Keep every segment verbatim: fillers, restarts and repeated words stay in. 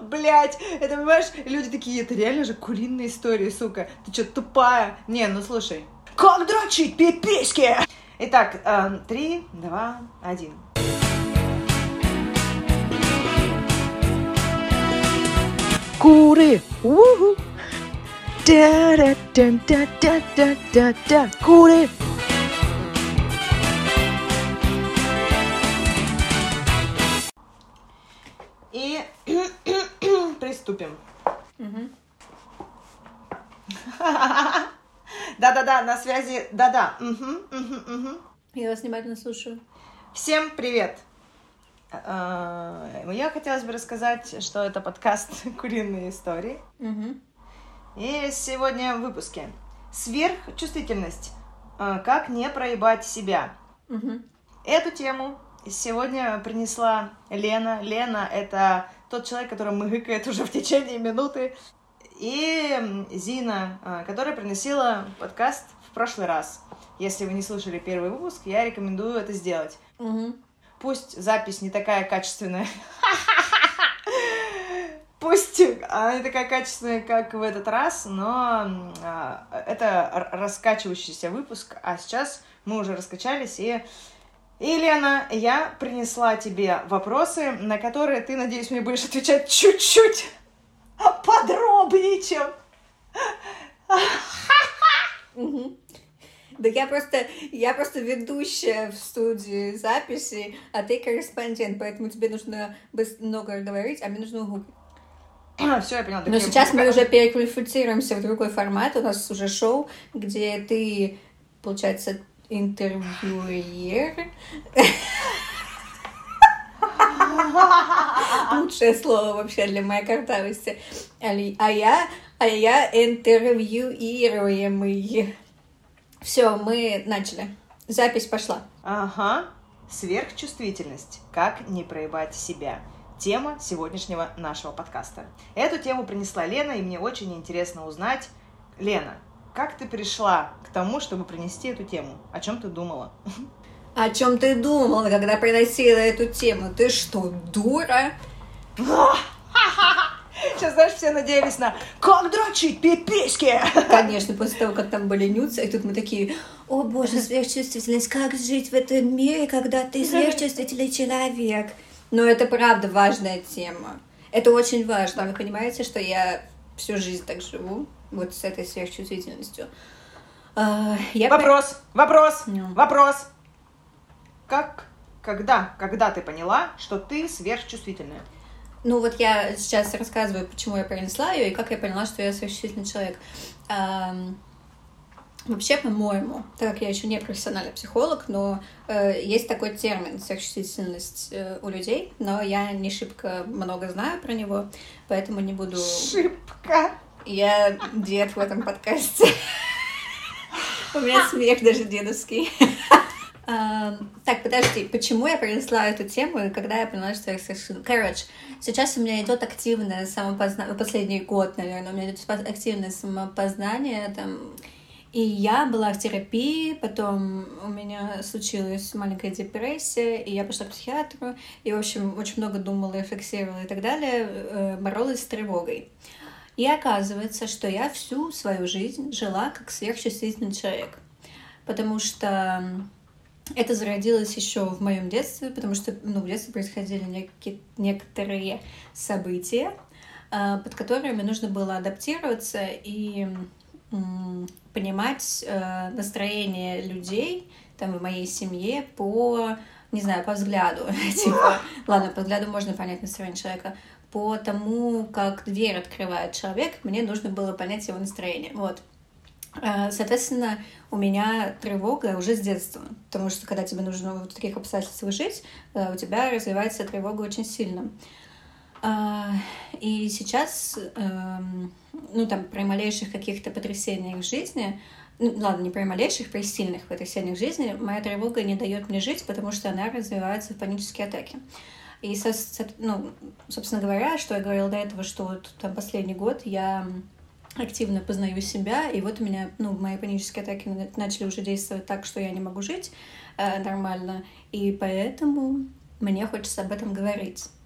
Блять, это, понимаешь, люди такие, это реально же куриные истории, сука. Ты чё, тупая? Не, ну слушай. Как дрочить пиписьки? Итак, э, три, два, один. Куры! Уху! Да-да-да-да-да-да-да! Куры! И приступим. Угу. Да-да-да, на связи. Да-да. Угу, угу, угу. Я вас внимательно слушаю. Всем привет. Мне хотелось бы рассказать, что это подкаст «Куриные истории». Угу. И сегодня в выпуске сверхчувствительность. Как не проебать себя. Угу. Эту тему сегодня принесла Лена. Лена — это тот человек, который мыгыкает уже в течение минуты. И Зина, которая приносила подкаст в прошлый раз. Если вы не слушали первый выпуск, я рекомендую это сделать. Угу. Пусть запись не такая качественная. Пусть она не такая качественная, как в этот раз, но это раскачивающийся выпуск. А сейчас мы уже раскачались, и... И, Лена, я принесла тебе вопросы, на которые ты, надеюсь, мне будешь отвечать чуть-чуть подробнее, чем... Угу. Да я просто, я просто ведущая в студии записи, а ты корреспондент, поэтому тебе нужно много говорить, а мне нужно гуглить. Все, я поняла. Но сейчас мы уже переквалифицируемся в другой формат, у нас уже шоу, где ты, получается, интервьюер. Лучшее слово вообще для моей картавости. А я, а я интервьюируемый. Все, мы начали. Запись пошла. Ага. Сверхчувствительность. Как не проебать себя. Тема сегодняшнего нашего подкаста. Эту тему принесла Лена, и мне очень интересно узнать. Лена, как ты пришла к тому, чтобы принести эту тему? О чем ты думала? О чем ты думала, когда приносила эту тему? Ты что, дура? Сейчас, знаешь, все надеялись на «Как дрочить пиписьки?» Конечно, после того, как там были нюцы, и тут мы такие: о боже, сверхчувствительность, как жить в этом мире, когда ты сверхчувствительный человек? Но это правда важная тема. Это очень важно. Вы понимаете, что я всю жизнь так живу, вот с этой сверхчувствительностью. А, я вопрос, по... вопрос, no. вопрос. Как, когда, когда ты поняла, что ты сверхчувствительная? Ну вот я сейчас рассказываю, почему я принесла ее и как я поняла, что я сверхчувствительный человек. А, вообще, по-моему, так как я еще не профессиональный психолог, но э, есть такой термин сверхчувствительность э, у людей, но я не шибко много знаю про него, поэтому не буду... Шибко? Я дед в этом подкасте. У меня смех даже дедовский. Так, подожди, почему я принесла эту тему и когда я поняла, что я сверхчувствительна? Короче, сейчас у меня идет активное самопознание, последний год, наверное, у меня идет активное самопознание, там, и я была в терапии, потом у меня случилась маленькая депрессия, и я пошла к психиатру, и, в общем, очень много думала, рефлексировала и так далее, боролась с тревогой. И оказывается, что я всю свою жизнь жила как сверхчувствительный человек, потому что это зародилось еще в моем детстве, потому что ну, в детстве происходили некие, некоторые события, под которыми нужно было адаптироваться и м, понимать э, настроение людей там, в моей семье по, не знаю, по взгляду. Типа, ладно, по взгляду можно понять настроение человека. По тому, как дверь открывает человек, мне нужно было понять его настроение. Вот. Соответственно, у меня тревога уже с детства, потому что когда тебе нужно в таких обстоятельствах жить, у тебя развивается тревога очень сильно. И сейчас, ну там, при малейших каких-то потрясениях в жизни, ну ладно, не при малейших, при сильных потрясениях в жизни, моя тревога не дает мне жить, потому что она развивается в панические атаки. И, ну, собственно говоря, что я говорила до этого, что вот там последний год я активно познаю себя, и вот у меня, ну, мои панические атаки начали уже действовать так, что я не могу жить э, нормально, и поэтому мне хочется об этом говорить.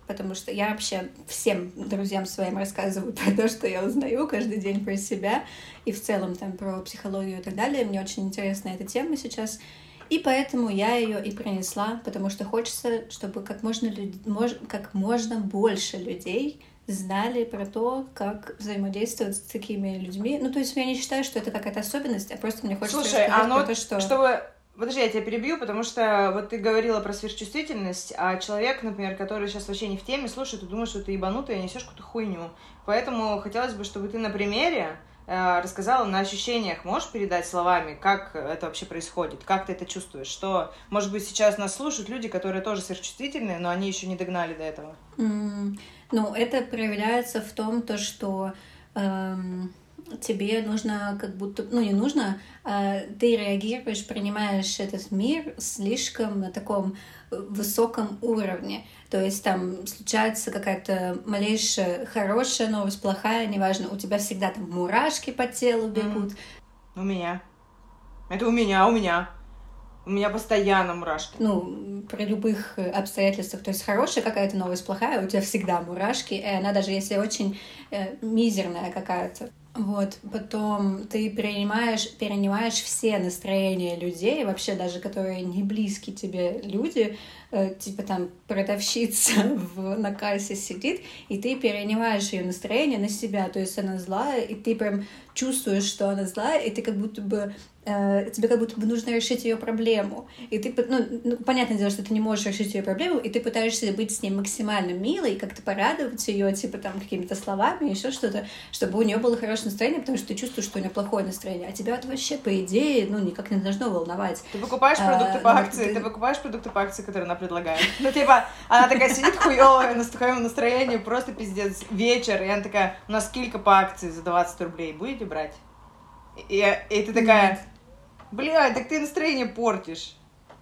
потому что я вообще всем друзьям своим рассказываю про то, что я узнаю каждый день про себя, и в целом там про психологию и так далее. Мне очень интересна эта тема сейчас, и поэтому я ее и принесла, потому что хочется, чтобы как можно, люд... мож... как можно больше людей знали про то, как взаимодействовать с такими людьми. Ну, то есть я не считаю, что это какая-то особенность, а просто мне хочется Слушай, рассказать а ну, про то, что... чтобы... Подожди, я тебя перебью, потому что вот ты говорила про сверхчувствительность, а человек, например, который сейчас вообще не в теме, слушает и думает, что ты ебанутая, несешь какую-то хуйню. Поэтому хотелось бы, чтобы ты на примере э, рассказала на ощущениях. Можешь передать словами, как это вообще происходит, как ты это чувствуешь? Что, может быть, сейчас нас слушают люди, которые тоже сверхчувствительные, но они еще не догнали до этого? Mm, ну, это проявляется в том, то, что... Эм... тебе нужно как будто, ну не нужно, а ты реагируешь, принимаешь этот мир слишком на таком высоком уровне. То есть там случается какая-то малейшая хорошая новость, плохая, неважно, у тебя всегда там мурашки по телу бегут. Mm. У меня. Это у меня, у меня. У меня постоянно мурашки. Ну, при любых обстоятельствах. То есть хорошая какая-то новость, плохая, у тебя всегда мурашки, и она даже если очень э, мизерная какая-то. Вот, потом ты перенимаешь, перенимаешь все настроения людей, вообще даже которые не близкие тебе люди, э, типа там продавщица в, на кассе сидит, и ты перенимаешь ее настроение на себя, то есть она злая, и ты прям чувствуешь, что она злая, и ты как будто бы э, тебе как будто бы нужно решить ее проблему. И ты, ну, ну, понятное дело, что ты не можешь решить ее проблему, и ты пытаешься быть с ней максимально милой, как-то порадовать ее, типа там какими-то словами, еще что-то, чтобы у нее было хорошее настроение, потому что ты чувствуешь, что у нее плохое настроение. А тебя это вообще, по идее, ну, никак не должно волновать. Ты покупаешь продукты а, по акции, ты... ты покупаешь продукты по акции, которые она предлагает. Ну, типа, она такая сидит хуёвая, на таком настроении, просто пиздец, вечер, и она такая, у нас килька по акции за двадцать рублей, будете брать? И, и ты такая, нет. Блядь, так ты настроение портишь.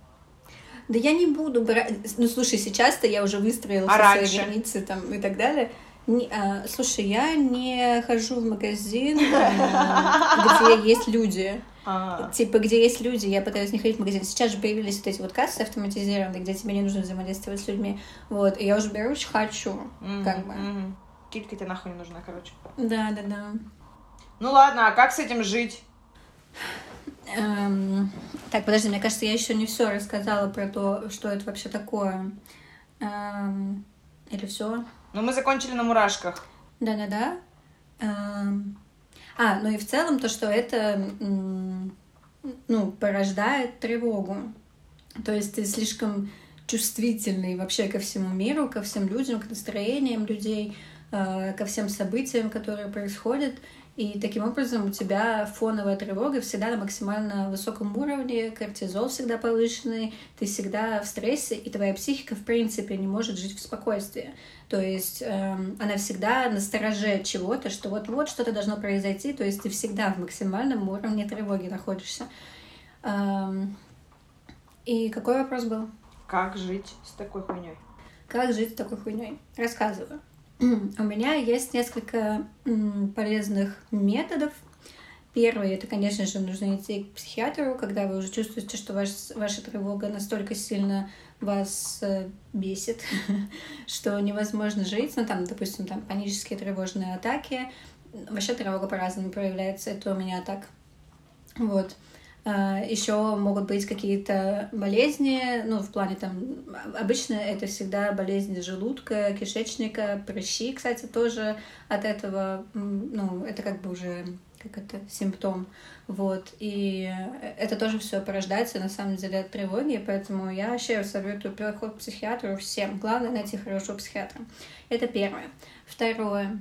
Да я не буду брать. Ну, слушай, сейчас-то я уже выстроила а все свои границы там и так далее. Не, а, слушай, я не хожу в магазин, где есть люди. А-а-а. Типа, где есть люди, я пытаюсь не ходить в магазин. Сейчас же появились вот эти вот кассы автоматизированные, где тебе не нужно взаимодействовать с людьми. Вот, и я уже беру, что хочу, mm-hmm. как бы. Mm-hmm. Килька тебе нахуй не нужна, короче. Да, да, да. Ну ладно, а как с этим жить? Эм, так, подожди, мне кажется, я еще не все рассказала про то, что это вообще такое. Эм, или все? Ну, мы закончили на мурашках. Да-да-да. Эм, а, ну и в целом то, что это, ну, порождает тревогу. То есть ты слишком чувствительный вообще ко всему миру, ко всем людям, к настроениям людей, э, ко всем событиям, которые происходят. И таким образом у тебя фоновая тревога всегда на максимально высоком уровне, кортизол всегда повышенный, ты всегда в стрессе, и твоя психика, в принципе, не может жить в спокойствии. То есть эм, она всегда настороже чего-то, что вот-вот что-то должно произойти, то есть ты всегда в максимальном уровне тревоги находишься. Эм, и какой вопрос был? Как жить с такой хуйней? Как жить с такой хуйней? Рассказываю. У меня есть несколько полезных методов. Первый, это, конечно же, нужно идти к психиатру, когда вы уже чувствуете, что ваш, ваша тревога настолько сильно вас бесит, что невозможно жить. Ну, там, допустим, там панические тревожные атаки. Вообще тревога по-разному проявляется. Это у меня так. Вот. Еще могут быть какие-то болезни, ну, в плане там, обычно это всегда болезни желудка, кишечника, прыщи, кстати, тоже от этого, ну, это как бы уже, как это, симптом, вот, и это тоже все порождается, на самом деле, от тревоги, поэтому я вообще советую переход к психиатру всем, главное найти хорошего психиатра, это первое. Второе.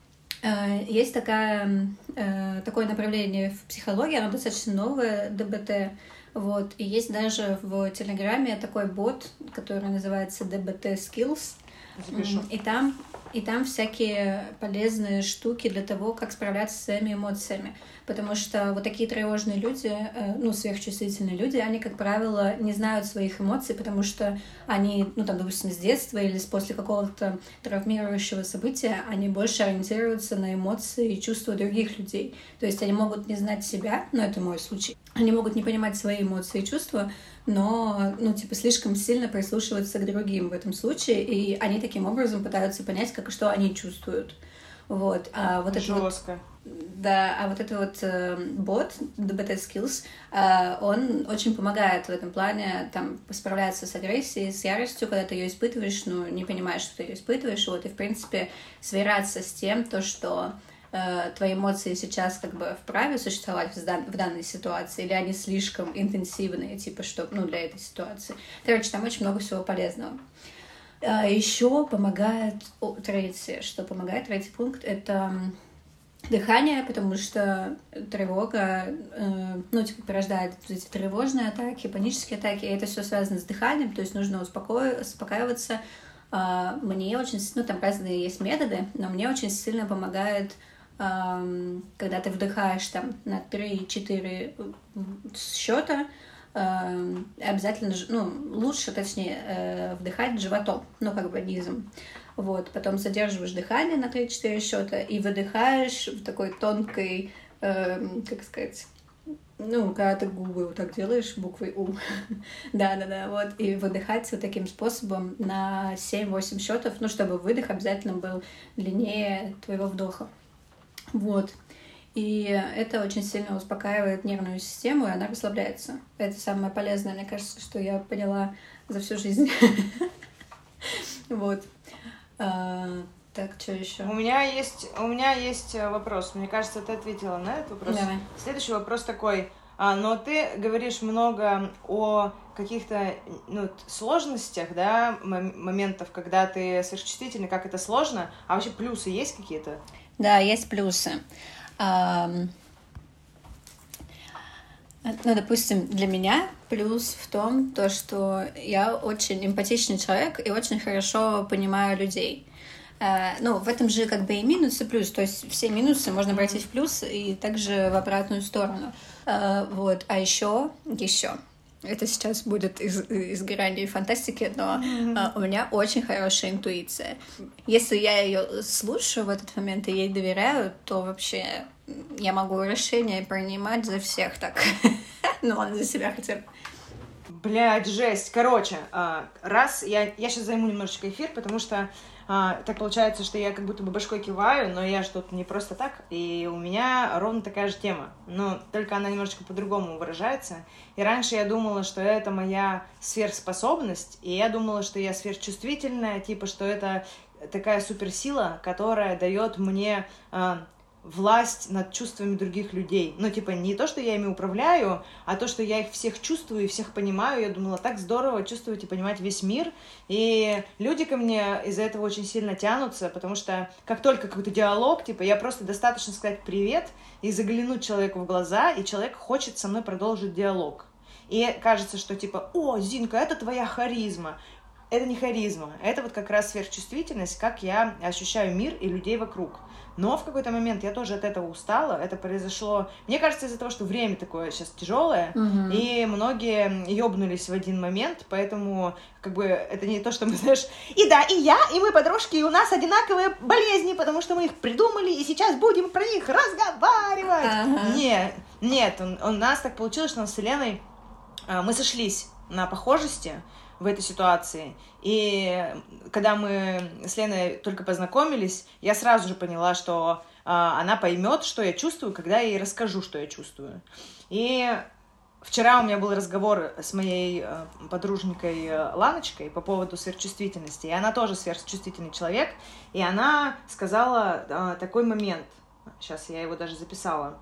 Есть такая, такое направление в психологии, оно достаточно новое, ДБТ, вот, и есть даже в Телеграме такой бот, который называется ди би ти Skills, Запишу. и там, и там всякие полезные штуки для того, как справляться с своими эмоциями, потому что вот такие тревожные люди, ну, сверхчувствительные люди, они, как правило, не знают своих эмоций, потому что они, ну, там, допустим, с детства или после какого-то травмирующего события, они больше ориентируются на эмоции и чувства других людей. То есть они могут не знать себя, но это мой случай, они могут не понимать свои эмоции и чувства, но, ну, типа, слишком сильно прислушиваются к другим в этом случае, и они таким образом пытаются понять, как что они чувствуют. Вот, а вот Жестко. это вот, да, а вот это вот э, бот, The Better Skills, э, он очень помогает в этом плане, там, справляться с агрессией, с яростью, когда ты ее испытываешь, ну, не понимаешь, что ты ее испытываешь, вот, и, в принципе, сверяться с тем, то, что э, твои эмоции сейчас, как бы, вправе существовать в, дан- в данной ситуации, или они слишком интенсивные, типа, что, ну, для этой ситуации. Короче, там очень много всего полезного. А еще помогает, о, третье, что помогает, третий пункт, это дыхание, потому что тревога, э, ну, типа, порождает эти тревожные атаки, панические атаки, и это все связано с дыханием, то есть нужно успоко... успокаиваться. А, мне очень, ну, там разные есть методы, но мне очень сильно помогает, э, когда ты вдыхаешь там на три-четыре счета, обязательно, ну, лучше, точнее, вдыхать животом, ну, как бы низом. Вот, потом задерживаешь дыхание на три-четыре счета и выдыхаешь в такой тонкой, э, как сказать, ну, когда ты губы вот так делаешь, буквой У. Да-да-да, вот, и выдыхать вот таким способом на семь-восемь счетов, ну, чтобы выдох обязательно был длиннее твоего вдоха. Вот. И это очень сильно успокаивает нервную систему, и она расслабляется. Это самое полезное, мне кажется, что я поняла за всю жизнь. Вот. Так, что еще? У меня есть, у меня есть вопрос. Мне кажется, ты ответила на этот вопрос. Давай. Следующий вопрос такой. А, но ты говоришь много о каких-то, ну, сложностях, да, моментов, когда ты сверхчувствительный, как это сложно. А вообще плюсы есть какие-то? Да, есть плюсы. Um, ну, допустим, для меня плюс в том, то, что я очень эмпатичный человек и очень хорошо понимаю людей. Uh, ну, в этом же как бы и минус, и плюс. То есть все минусы можно обратить в плюс и также в обратную сторону. Uh, вот. А еще, еще. Это сейчас будет из, из грани фантастики, но uh, у меня очень хорошая интуиция. Если я ее слушаю в этот момент и ей доверяю, то вообще я могу решения принимать за всех так. Ну ладно, за себя хотя бы. Блядь, жесть. Короче, раз я, я сейчас займу немножечко эфир, потому что а, так получается, что я как будто бы башкой киваю, но я что-то не просто так, и у меня ровно такая же тема, но только она немножечко по-другому выражается. И раньше я думала, что это моя сверхспособность, и я думала, что я сверхчувствительная, типа, что это такая суперсила, которая дает мне а, власть над чувствами других людей. Ну, типа, не то, что я ими управляю, а то, что я их всех чувствую и всех понимаю. Я думала, так здорово чувствовать и понимать весь мир. И люди ко мне из-за этого очень сильно тянутся, потому что как только какой-то диалог, типа, я просто достаточно сказать привет и заглянуть человеку в глаза, и человек хочет со мной продолжить диалог. И кажется, что типа, о, Зинка, это твоя харизма. Это не харизма, это вот как раз сверхчувствительность, как я ощущаю мир и людей вокруг. Но в какой-то момент я тоже от этого устала. Это произошло, мне кажется, из-за того, что время такое сейчас тяжелое, Mm-hmm. и многие ёбнулись в один момент, поэтому как бы это не то, что мы, знаешь, и да, и я, и мы подружки, и у нас одинаковые болезни, потому что мы их придумали, и сейчас будем про них разговаривать. Uh-huh. Нет, нет, у нас так получилось, что мы с Еленой, мы сошлись на похожести в этой ситуации. И когда мы с Леной только познакомились, я сразу же поняла, что э, она поймет, что я чувствую, когда я ей расскажу, что я чувствую. И вчера у меня был разговор с моей э, подружникой э, Ланочкой по поводу сверхчувствительности. И она тоже сверхчувствительный человек. И она сказала э, такой момент. Сейчас я его даже записала.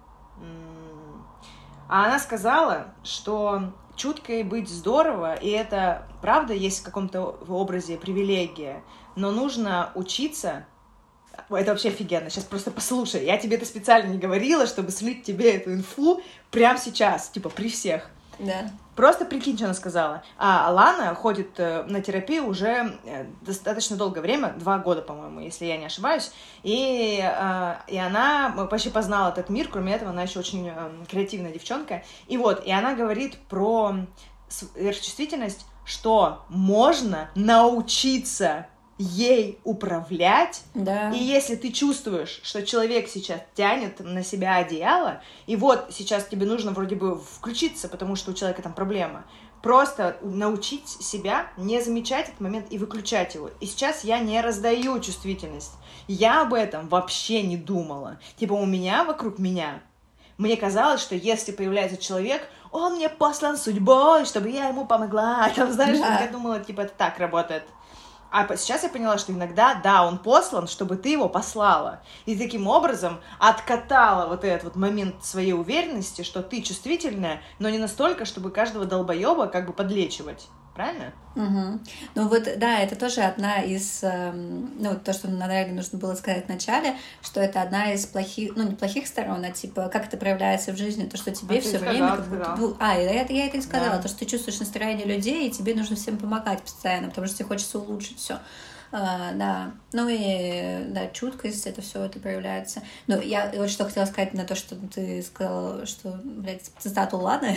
А она сказала, что чуткой быть здорово, и это, правда, есть в каком-то образе привилегия, но нужно учиться. Это вообще офигенно, сейчас просто послушай. Я тебе это специально не говорила, чтобы слить тебе эту инфу прямо сейчас, типа при всех. Да. Просто прикинь, что она сказала. А Лана ходит на терапию уже достаточно долгое время, два года, по-моему, если я не ошибаюсь. И, и она почти познала этот мир, кроме этого, она еще очень креативная девчонка. И вот, и она говорит про сверхчувствительность, что можно научиться ей управлять, да. И если ты чувствуешь, что человек сейчас тянет на себя одеяло, и вот сейчас тебе нужно вроде бы включиться, потому что у человека там проблема, просто научить себя не замечать этот момент и выключать его. И сейчас я не раздаю чувствительность. Я об этом вообще не думала. Типа у меня, вокруг меня, мне казалось, что если появляется человек, он мне послан судьбой, чтобы я ему помогла. Там, знаешь, да. Я думала, типа, это так работает. А сейчас я поняла, что иногда, да, он послан, чтобы ты его послала. И таким образом откатала вот этот вот момент своей уверенности, что ты чувствительная, но не настолько, чтобы каждого долбоеба как бы подлечивать. Правильно? Угу. Ну вот, да, это тоже одна из, ну, то, что, наверное, нужно было сказать в начале, что это одна из плохих, ну, не плохих сторон, а типа, как это проявляется в жизни, то, что тебе а все время... Как будто... А, я, я это и сказала, да. То, что ты чувствуешь настроение людей, и тебе нужно всем помогать постоянно, потому что тебе хочется улучшить все. А, да, ну и, да, чуткость, это все это проявляется. Ну, я вот что хотела сказать на то, что ты сказала, что, блядь, цитату Ланы,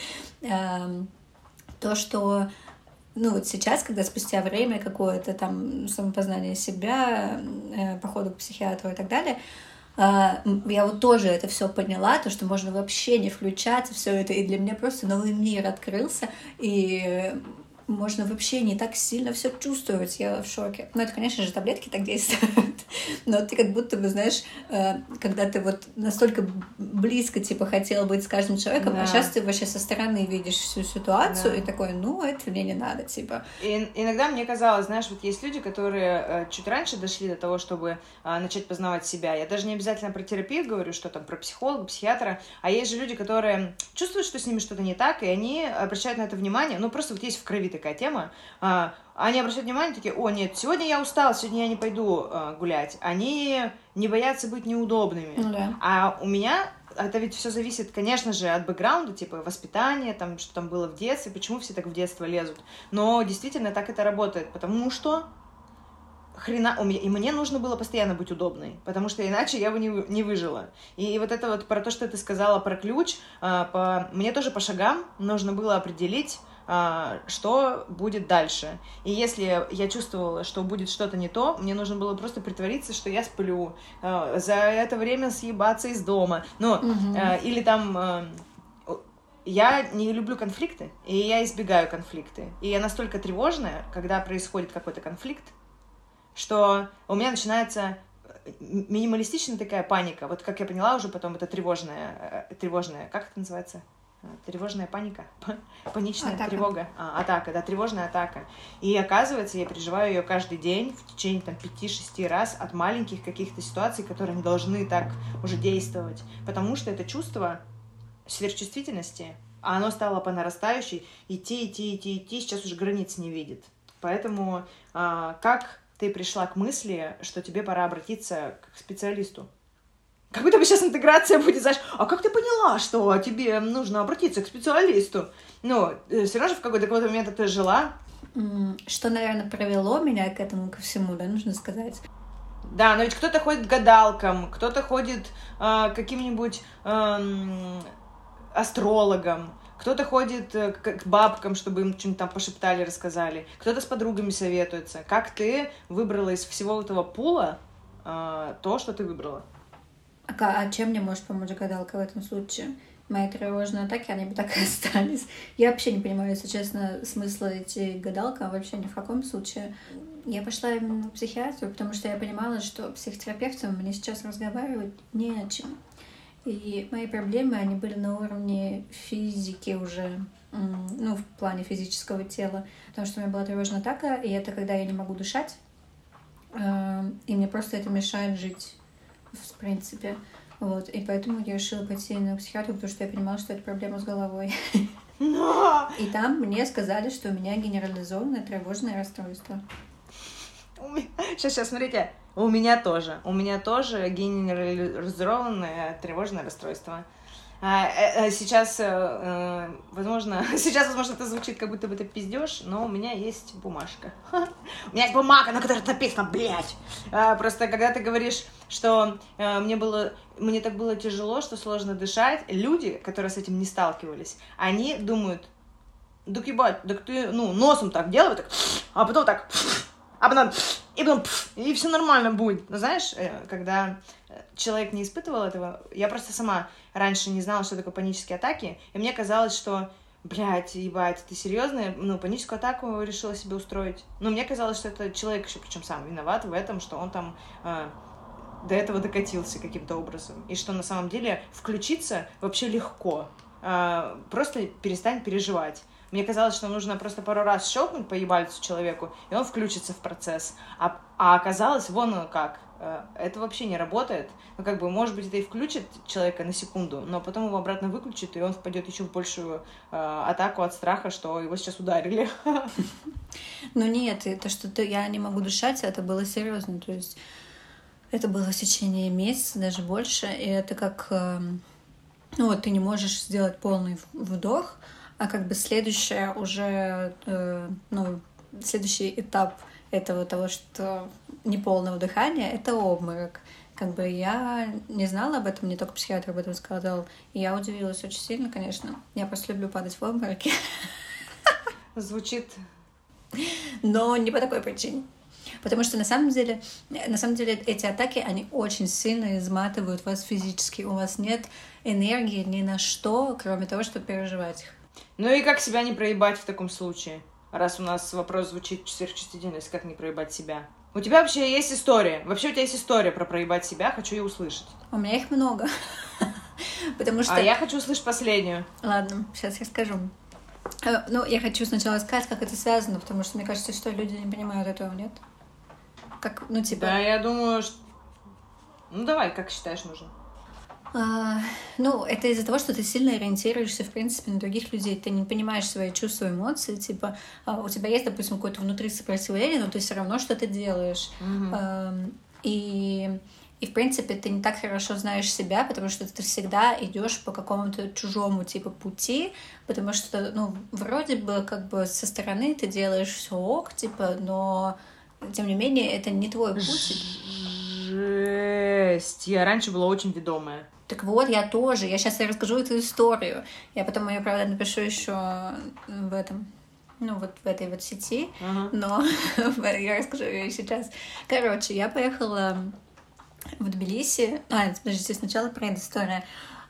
то, что, ну, вот сейчас, когда спустя время какое-то там самопознание себя, э, походу к психиатру и так далее, э, я вот тоже это все поняла, то, что можно вообще не включаться, все это, и для меня просто новый мир открылся, и можно вообще не так сильно все чувствовать, я в шоке. Ну, это, конечно же, таблетки так действуют, но ты как будто бы, знаешь, когда ты вот настолько близко, типа, хотела быть с каждым человеком, да. А сейчас ты вообще со стороны видишь всю ситуацию, да. И такой, ну, это мне не надо, типа. И иногда мне казалось, знаешь, вот есть люди, которые чуть раньше дошли до того, чтобы начать познавать себя. Я даже не обязательно про терапию говорю, что там про психолога, психиатра, а есть же люди, которые чувствуют, что с ними что-то не так, и они обращают на это внимание, ну, просто вот есть в крови такая тема, а, они обращают внимание, такие, о, нет, сегодня я устала, сегодня я не пойду а, гулять. Они не боятся быть неудобными. Ну, да. А у меня это ведь все зависит, конечно же, от бэкграунда, типа воспитания, там, что там было в детстве, почему все так в детство лезут. Но действительно так это работает, потому что хрена, у меня, и мне нужно было постоянно быть удобной, потому что иначе я бы не, не выжила. И, и вот это вот про то, что ты сказала про ключ, а, по, мне тоже по шагам нужно было определить, что будет дальше. И если я чувствовала, что будет что-то не то, мне нужно было просто притвориться, что я сплю, за это время съебаться из дома. Ну, угу. Или там... Я не люблю конфликты, и я избегаю конфликты. И я настолько тревожная, когда происходит какой-то конфликт, что у меня начинается минималистичная такая паника. Вот как я поняла уже потом, это тревожная, тревожная, как это называется? Тревожная паника, паничная атака. Тревога, а, атака, да, тревожная атака. И оказывается, я переживаю ее каждый день в течение там пяти-шести раз от маленьких каких-то ситуаций, которые не должны так уже действовать, потому что это чувство сверхчувствительности, а оно стало по нарастающей, идти, идти, идти, идти, сейчас уже границ не видит. Поэтому а, как ты пришла к мысли, что тебе пора обратиться к специалисту? Как будто бы сейчас интеграция будет, знаешь, а как ты поняла, что тебе нужно обратиться к специалисту? Ну, все равно же в какой-то, какой-то момент ты жила. Что, наверное, привело меня к этому, ко всему, да, нужно сказать. Да, но ведь кто-то ходит к гадалкам, кто-то ходит э, к каким-нибудь э, астрологам, кто-то ходит э, к, к бабкам, чтобы им что-нибудь там пошептали, рассказали, кто-то с подругами советуется. Как ты выбрала из всего этого пула э, то, что ты выбрала? А, а чем мне может помочь гадалка в этом случае? Мои тревожные атаки, они бы так и остались. Я вообще не понимаю, если честно, смысла идти к гадалкам, вообще ни в каком случае. Я пошла именно к психиатру, потому что я понимала, что психотерапевтом мне сейчас разговаривать не о чем. И мои проблемы, они были на уровне физики уже, ну, в плане физического тела, потому что у меня была тревожная атака, и это когда я не могу дышать, и мне просто это мешает жить. В принципе. Вот. И поэтому я решила пойти на психиатру, потому что я понимала, что это проблема с головой. Но... И там мне сказали, что у меня генерализованное тревожное расстройство. Сейчас, сейчас, смотрите. У меня тоже. У меня тоже генерализованное тревожное расстройство. Сейчас, возможно, сейчас, возможно, это звучит, как будто бы ты пиздёшь, но у меня есть бумажка. У меня есть бумага, на которой написано, блядь. Просто когда ты говоришь, что мне было, мне так было тяжело, что сложно дышать, люди, которые с этим не сталкивались, они думают, да ебать, так ты, ну, носом так делай, так, а потом так, а потом, и потом, и все нормально будет. Но знаешь, когда человек не испытывал этого, я просто сама раньше не знала, что такое панические атаки, и мне казалось, что блядь, ебать, ты серьезно? Ну, паническую атаку решила себе устроить. Но мне казалось, что это человек еще, причем сам виноват в этом, что он там э, до этого докатился каким-то образом. И что на самом деле включиться вообще легко. Э, просто перестань переживать. Мне казалось, что нужно просто пару раз щелкнуть по ебальцу человеку, и он включится в процесс. А, а оказалось, вон оно как. Это вообще не работает. Ну, как бы, может быть, это и включит человека на секунду, но потом его обратно выключит, и он впадет еще в большую э, атаку от страха, что его сейчас ударили. Ну нет, это что-то я не могу дышать, это было серьезно. То есть это было в течение месяца, даже больше. И это как... Ну вот ты не можешь сделать полный вдох, а как бы следующее уже... Ну, следующий этап этого того, что неполного дыхания, это обморок. Как бы я не знала об этом, мне только психиатр об этом сказал. И я удивилась очень сильно, конечно. Я просто люблю падать в обмороки. Звучит... Но не по такой причине. Потому что на самом деле, на самом деле эти атаки, они очень сильно изматывают вас физически. У вас нет энергии ни на что, кроме того, чтобы переживать их. Ну и как себя не проебать в таком случае? Раз у нас вопрос звучит сверхчувствительность, как не проебать себя? У тебя вообще есть история? Вообще у тебя есть история про проебать себя? Хочу ее услышать. У меня их много. Потому что... А я хочу услышать последнюю. Ладно, сейчас я скажу. Ну, я хочу сначала сказать, как это связано, потому что мне кажется, что люди не понимают этого, нет? Как, ну, типа... Да, я думаю, что... Ну, давай, как считаешь нужно? А, ну, это из-за того, что ты сильно ориентируешься, в принципе, на других людей. Ты не понимаешь свои чувства, эмоции. Типа, у тебя есть, допустим, какое-то внутри сопротивление, но ты все равно что-то делаешь. Mm-hmm. А, и... И, в принципе, ты не так хорошо знаешь себя, потому что ты всегда идешь по какому-то чужому типа пути, потому что, ну, вроде бы, как бы со стороны ты делаешь все ок, типа, но, тем не менее, это не твой путь. Жесть! Я раньше была очень ведомая. Так вот, я тоже. Я сейчас расскажу эту историю. Я потом ее, правда, напишу еще в этом... Ну, вот в этой вот сети, uh-huh. но я расскажу ее сейчас. Короче, я поехала... в Тбилиси. А, подождите, сначала предыстория.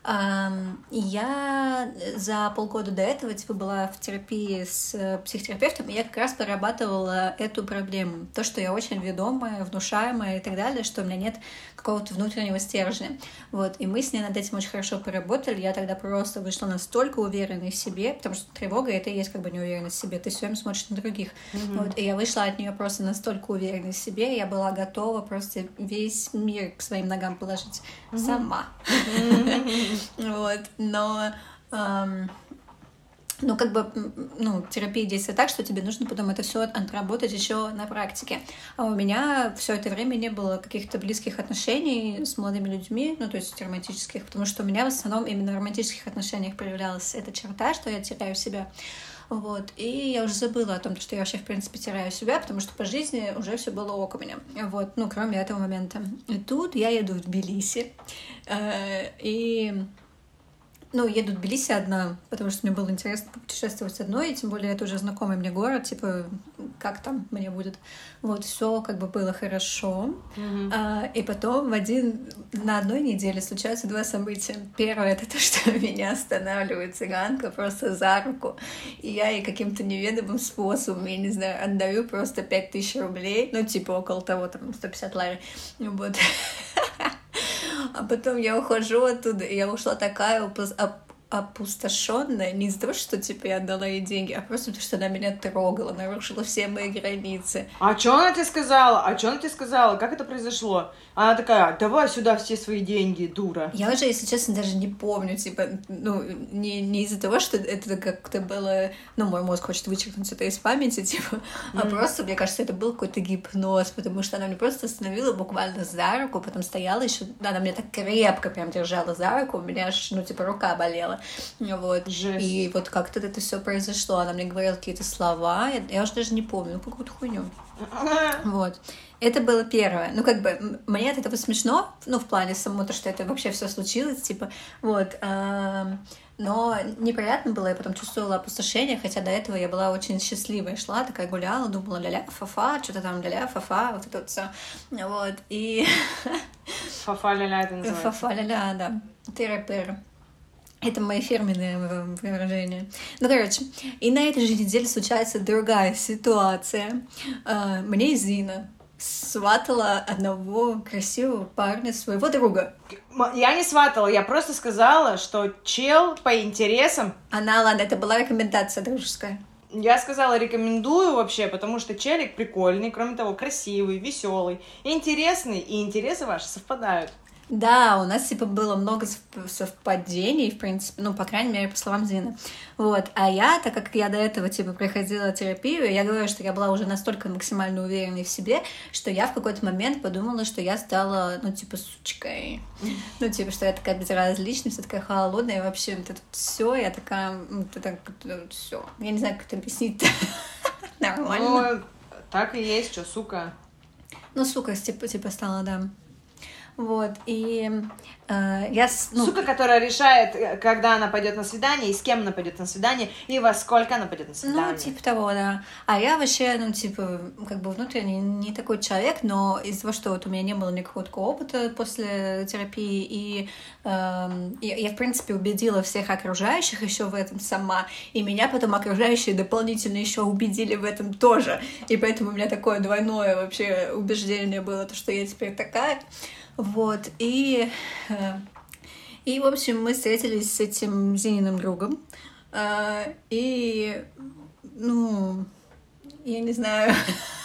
Я за полгода до этого типа была в терапии с психотерапевтом, и я как раз прорабатывала эту проблему. То, что я очень ведомая, внушаемая и так далее, что у меня нет какого-то внутреннего стержня. Вот. И мы с ней над этим очень хорошо поработали. Я тогда просто вышла настолько уверенной в себе, потому что тревога — это и есть как бы неуверенность в себе. Ты все время смотришь на других. Mm-hmm. Вот. И я вышла от нее просто настолько уверенной в себе, я была готова просто весь мир к своим ногам положить mm-hmm. сама. Mm-hmm. Вот, но, эм, ну, как бы, ну, терапия действует так, что тебе нужно потом это все отработать еще на практике. А у меня все это время не было каких-то близких отношений с молодыми людьми, ну, то есть романтических, потому что у меня в основном именно в романтических отношениях проявлялась эта черта, что я теряю себя. Вот, и я уже забыла о том, что я вообще, в принципе, теряю себя, потому что по жизни уже все было ок у меня, вот, ну, кроме этого момента. И тут я еду в Тбилиси, э, и, ну, еду в Тбилиси одна, потому что мне было интересно путешествовать одной, и тем более это уже знакомый мне город, типа, как там мне будет. Вот, все как бы было хорошо. Mm-hmm. А, и потом в один, на одной неделе случаются два события. Первое — это то, что меня останавливает цыганка просто за руку, и я ей каким-то неведомым способом, я не знаю, отдаю просто пять тысяч рублей, ну, типа, около того, там, сто пятьдесят лари, вот. А потом я ухожу оттуда, и я ушла такая опустошенная, не из-за того, что типа я отдала ей деньги, а просто потому, что она меня трогала, нарушила все мои границы. А что она тебе сказала? А что она тебе сказала? Как это произошло? Она такая: давай сюда все свои деньги, дура. Я уже, если честно, даже не помню, типа, ну, не, не из-за того, что это как-то было, ну, мой мозг хочет вычеркнуть это из памяти, типа, mm-hmm. а просто, мне кажется, это был какой-то гипноз, потому что она меня просто остановила буквально за руку, потом стояла еще, она меня так крепко прям держала за руку, у меня аж, ну, типа, рука болела, вот. Жесть. И вот как-то это все произошло, она мне говорила какие-то слова, я, я уже даже не помню, ну, какую-то хуйню. Вот. Это было первое. Ну, как бы, мне от этого смешно, ну, в плане самого, то, что это вообще все случилось, типа, вот. Но неприятно было, я потом чувствовала опустошение, хотя до этого я была очень счастливая, шла, такая гуляла, думала, ля-ля, фа-фа, что-то там, ля-ля, фа-фа, вот это вот все. Вот, и... Фа-фа, ля-ля это называется. Фа-фа, ля-ля, да. Тыры-пыры. Это мои фирменные выражения. Ну, короче, и на этой же неделе случается другая ситуация. Мне Зина сватала одного красивого парня, своего друга. Я не сватала, я просто сказала, что чел по интересам... Она, ладно, это была рекомендация дружеская. Я сказала, рекомендую вообще, потому что челик прикольный, кроме того, красивый, веселый, интересный, и интересы ваши совпадают. Да, у нас, типа, было много совпадений, в принципе, ну, по крайней мере, по словам Зины. Вот, а я, так как я до этого, типа, проходила терапию, я говорю, что я была уже настолько максимально уверенной в себе, что я в какой-то момент подумала, что я стала, ну, типа, сучкой. Ну, типа, что я такая безразличная, вся такая холодная, и вообще вот это все, я такая, это все. Я не знаю, как это объяснить. Нормально. Ну, так и есть, что, сука. Ну, сука, типа, типа стала, да. Вот, и э, я... Ну... Сука, которая решает, когда она пойдет на свидание, и с кем она пойдет на свидание, и во сколько она пойдет на свидание. Ну, типа того, да. А я вообще, ну, типа, как бы внутренне не такой человек, но из-за того, что вот у меня не было никакого такого опыта после терапии, и э, я, я, в принципе, убедила всех окружающих еще в этом сама, и меня потом окружающие дополнительно еще убедили в этом тоже. И поэтому у меня такое двойное вообще убеждение было, то, что я теперь такая... Вот, и, и, в общем, мы встретились с этим Зининым другом, и, ну, я не знаю,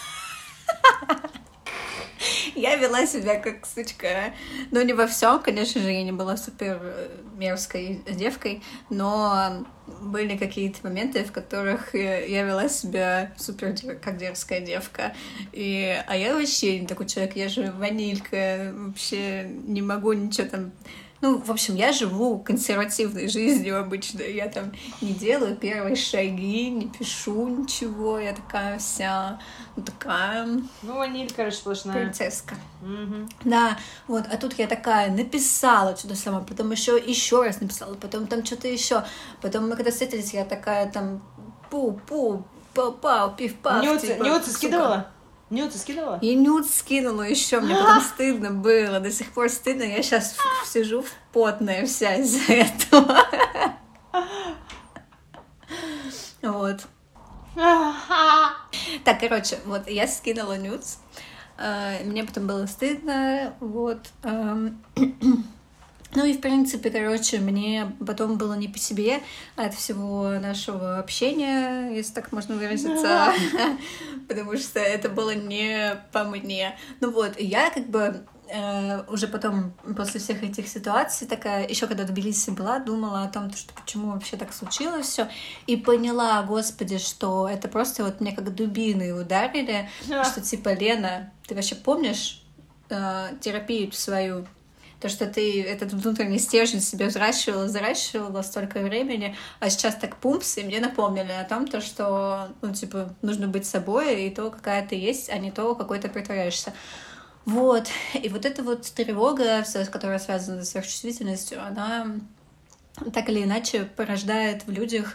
я вела себя как сучка, ну, не во всем, конечно же, я не была супер мерзкой девкой, но были какие-то моменты, в которых я вела себя супер как дерзкая девка. И, а я вообще не такой человек, я же ванилька, вообще не могу ничего там... Ну, в общем, я живу консервативной жизнью обычно. Я там не делаю первые шаги, не пишу ничего. Я такая вся, ну, такая... Ну, ваниль, короче, сплошная. Принцесска. Угу. Да, вот. А тут я такая написала что-то сама, потом еще еще раз написала, потом там что-то еще. Потом мы когда встретились, я такая там пу-пу, пау-пау, пив-пав. Нюцы, типа, нюцы сука. скидывала? Нюцы скидывала? И нюд скинула еще, мне потом стыдно было, до сих пор стыдно, я сейчас сижу потная вся из-за этого. Вот. Так, короче, вот я скинула нюдс, мне потом было стыдно, вот. Ну и, в принципе, короче, мне потом было не по себе от всего нашего общения, если так можно выразиться, потому что это было не по мне. Ну вот, я как бы э, уже потом, после всех этих ситуаций, такая, еще когда в Тбилиси была, думала о том, что почему вообще так случилось все, и поняла, господи, что это просто вот мне как дубиной ударили, что типа, Лена, ты вообще помнишь э, терапию свою? То, что ты этот внутренний стержень себе взращивала, взращивала столько времени, а сейчас так пумпс, и мне напомнили о том, то, что, ну, типа, нужно быть собой, и то, какая ты есть, а не то, какой ты притворяешься. Вот. И вот эта вот тревога, которая связана с сверхчувствительностью, она так или иначе порождает в людях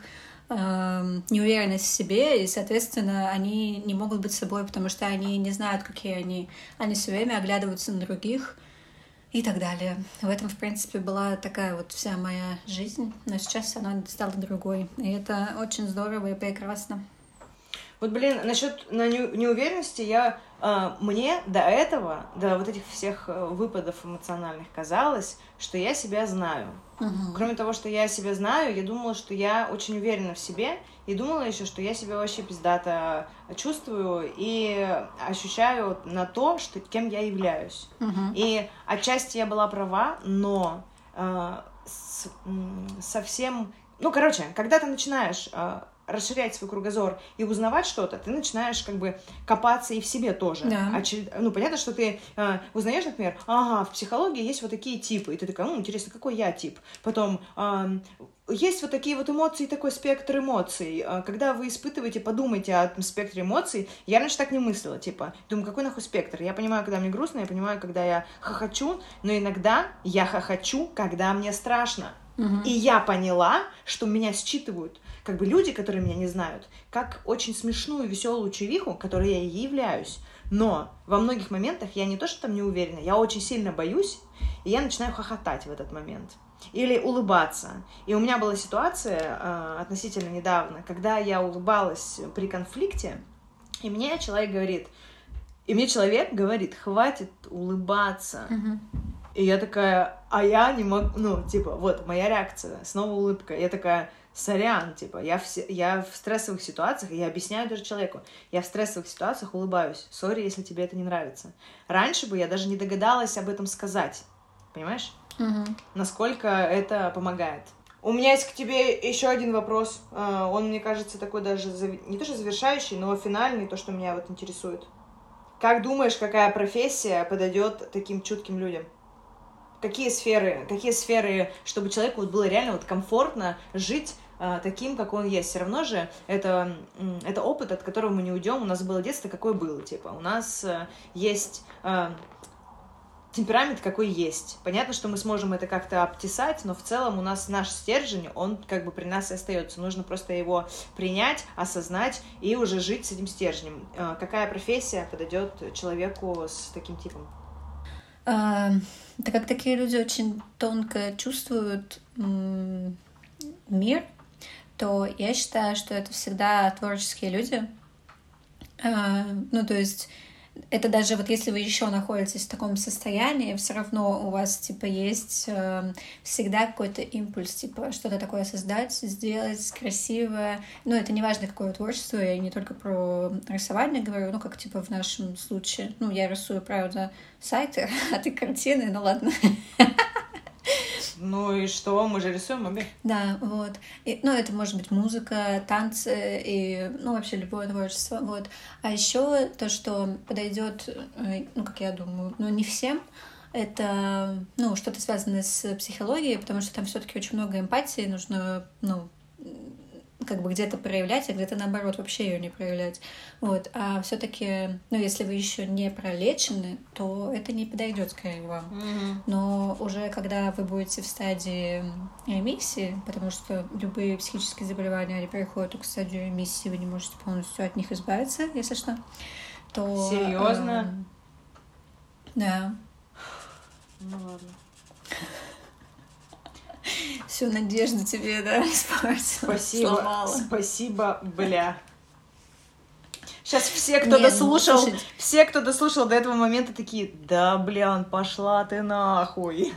э, неуверенность в себе, и, соответственно, они не могут быть собой, потому что они не знают, какие они. Они все время оглядываются на других, и так далее. В этом, в принципе, была такая вот вся моя жизнь, но сейчас она стала другой. И это очень здорово и прекрасно. Вот, блин, насчет неуверенности, я, э, мне до этого, до вот этих всех выпадов эмоциональных казалось, что я себя знаю. Угу. Кроме того, что я себя знаю, я думала, что я очень уверена в себе, и думала еще, что я себя вообще пиздато чувствую и ощущаю на то, что кем я являюсь. Угу. И отчасти я была права, но э, с, совсем... Ну, короче, когда ты начинаешь... Э, расширять свой кругозор и узнавать что-то, ты начинаешь как бы копаться и в себе тоже. Да. Очеред... Ну, понятно, что ты э, узнаешь, например, ага, в психологии есть вот такие типы, и ты такая, ну, интересно, какой я тип? Потом э, есть вот такие вот эмоции, такой спектр эмоций. Э, когда вы испытываете, подумайте о спектре эмоций. Я раньше так не мыслила, типа, думаю, какой нахуй спектр? Я понимаю, когда мне грустно, я понимаю, когда я хохочу, но иногда я хохочу, когда мне страшно. Угу. И я поняла, что меня считывают как бы люди, которые меня не знают, как очень смешную, веселую чувиху, которой я и являюсь. Но во многих моментах я не то, что там не уверена, я очень сильно боюсь, и я начинаю хохотать в этот момент. или улыбаться. И у меня была ситуация э, относительно недавно, когда я улыбалась при конфликте, и мне человек говорит, и мне человек говорит, хватит улыбаться. Uh-huh. И я такая, а я не могу, ну, типа, вот, моя реакция, снова улыбка. Я такая, сорян, типа, я в, я в стрессовых ситуациях, я объясняю даже человеку, я в стрессовых ситуациях улыбаюсь. Сори, если тебе это не нравится. Раньше бы я даже не догадалась об этом сказать. Понимаешь? Uh-huh. Насколько это помогает. У меня есть к тебе еще один вопрос. Он, мне кажется, такой даже не то что завершающий, но финальный, то, что меня вот интересует. Как думаешь, какая профессия подойдет таким чутким людям? Какие сферы, какие сферы, чтобы человеку вот было реально вот комфортно жить э, таким, как он есть. Все равно же это, это опыт, от которого мы не уйдем. У нас было детство, какое было. Типа. У нас э, есть э, темперамент, какой есть. Понятно, что мы сможем это как-то обтесать, но в целом у нас наш стержень, он как бы при нас и остается. Нужно просто его принять, осознать и уже жить с этим стержнем. Э, какая профессия подойдет человеку с таким типом? А, так как такие люди очень тонко чувствуют м- мир, то я считаю, что это всегда творческие люди. А, ну, то есть это даже вот если вы еще находитесь в таком состоянии, все равно у вас типа есть э, всегда какой-то импульс, типа что-то такое создать, сделать красивое. Ну, это не важно, какое творчество, я не только про рисование говорю, ну, как типа в нашем случае. Ну, я рисую, правда, сайты, а ты картины, ну ладно. Ну и что, мы же рисуем обе. Да, вот. И, ну, это может быть музыка, танцы и, ну, вообще любое творчество, вот. А еще то, что подойдет, ну, как я думаю, ну, не всем, это, ну, что-то связанное с психологией, потому что там все-таки очень много эмпатии, нужно, ну, как бы где-то проявлять, а где-то наоборот вообще ее не проявлять. Вот. А все-таки, ну, если вы еще не пролечены, то это не подойдет скорее вам. Mm-hmm. Но уже когда вы будете в стадии ремиссии, потому что любые психические заболевания, они переходят к стадию ремиссии, вы не можете полностью от них избавиться, если что, то... Серьезно? Э, да. Ну ладно. Всю надежду тебе, да, испортила. Спасибо, сломала. Спасибо, бля. Сейчас все, кто Не, дослушал, ну, слушайте. все, кто дослушал до этого момента, такие, да, бля, пошла ты нахуй.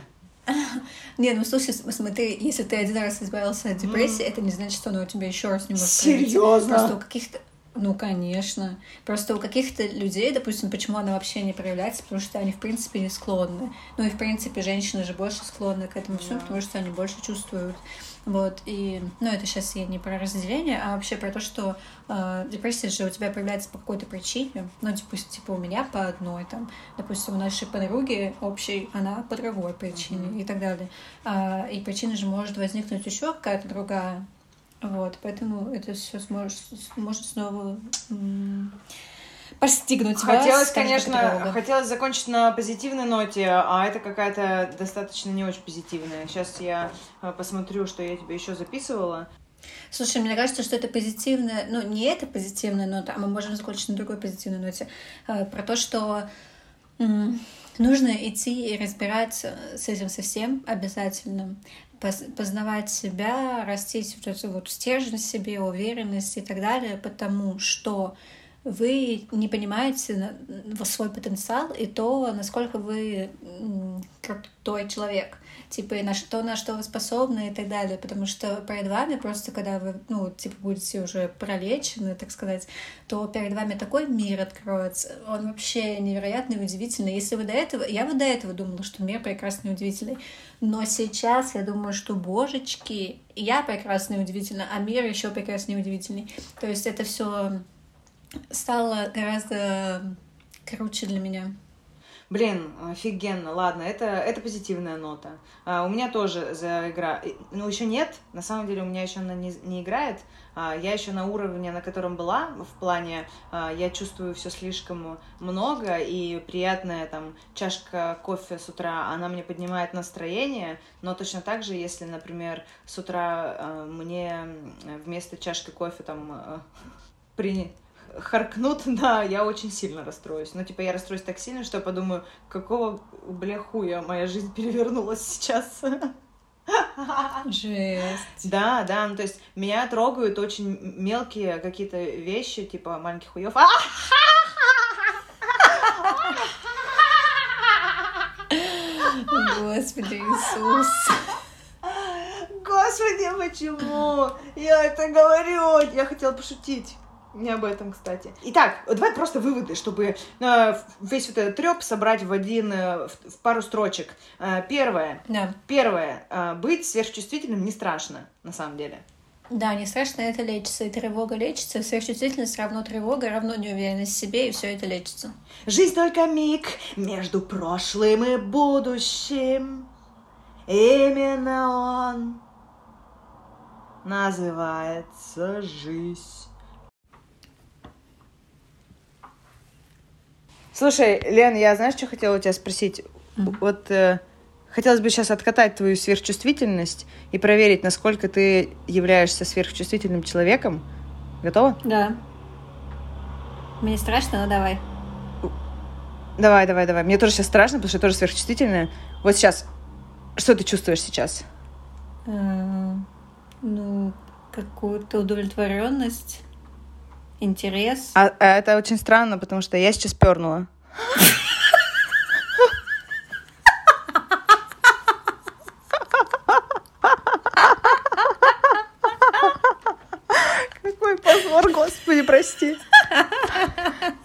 Не, ну слушай, смотри, если ты один раз избавился от депрессии, mm. это не значит, что она у тебя еще раз не может проявиться. Серьезно? Просто у каких-то... Ну, конечно. Просто у каких-то людей, допустим, почему она вообще не проявляется, потому что они, в принципе, не склонны. Ну и, в принципе, женщины же больше склонны к этому всему, yeah. потому что они больше чувствуют. Вот, и, ну, это сейчас я не про разделение, а вообще про то, что э, депрессия же у тебя появляется по какой-то причине. Ну, допустим, типа у меня по одной, там, допустим, у нашей подруги общей, она по другой причине mm-hmm. и так далее. А, и причина же может возникнуть еще какая-то другая. Вот, поэтому это все сможет, может снова м- постигнуть хотелось, вас. Конечно, хотелось закончить на позитивной ноте, а это какая-то достаточно не очень позитивная. Сейчас я посмотрю, что я тебе еще записывала. Слушай, мне кажется, что это позитивная, ну, не это позитивная нота, а мы можем закончить на другой позитивной ноте. Про то, что м- нужно идти и разбираться с этим совсем обязательно. Познавать себя, растить вот эту вот стержень в себе, уверенность и так далее, потому что вы не понимаете свой потенциал и то, насколько вы крутой человек, типа, и на что, на что вы способны и так далее, потому что перед вами просто, когда вы, ну, типа, будете уже пролечены, так сказать, то перед вами такой мир откроется, он вообще невероятный и удивительный. Если вы до этого, я вот до этого думала, что мир прекрасный и удивительный, но сейчас я думаю, что, божечки, я прекрасный и удивительный, а мир еще прекраснее и удивительный. То есть это все стало гораздо круче для меня. Блин, офигенно, ладно, это, это позитивная нота. А, у меня тоже заигра... Ну, еще нет, на самом деле у меня еще она не, не играет. А, я еще на уровне, на котором была, в плане, а, я чувствую все слишком много, и приятная там чашка кофе с утра, она мне поднимает настроение, но точно так же, если, например, с утра а, мне вместо чашки кофе там а, принять харкнут, да, я очень сильно расстроюсь. Ну, типа, я расстроюсь так сильно, что я подумаю, какого, бля, хуя моя жизнь перевернулась сейчас. Жесть. Да, да, ну то есть меня трогают очень мелкие какие-то вещи, типа маленьких хуёв. Господи Иисус. Господи, почему? Я это говорю. Я хотела пошутить. Не об этом, кстати. Итак, давай просто выводы, чтобы э, весь вот этот трёп собрать в один, э, в, в пару строчек. Э, первое. Да. Первое. Э, быть сверхчувствительным не страшно, на самом деле. Да, не страшно, это лечится, и тревога лечится, сверхчувствительность равно тревога, равно неуверенность в себе, и все это лечится. Жизнь только миг между прошлым и будущим. Именно он называется жизнь. Слушай, Лен, я знаешь, что хотела у тебя спросить? Mm-hmm. Вот э, хотелось бы сейчас откатать твою сверхчувствительность и проверить, насколько ты являешься сверхчувствительным человеком. Готова? Да. Мне страшно, но давай. Давай, давай, давай. Мне тоже сейчас страшно, потому что я тоже сверхчувствительная. Вот сейчас, что ты чувствуешь сейчас? Mm-hmm. Ну, какую-то удовлетворенность. Интерес. А, а это очень странно, потому что я сейчас пернула. Какой позор, Господи, прости.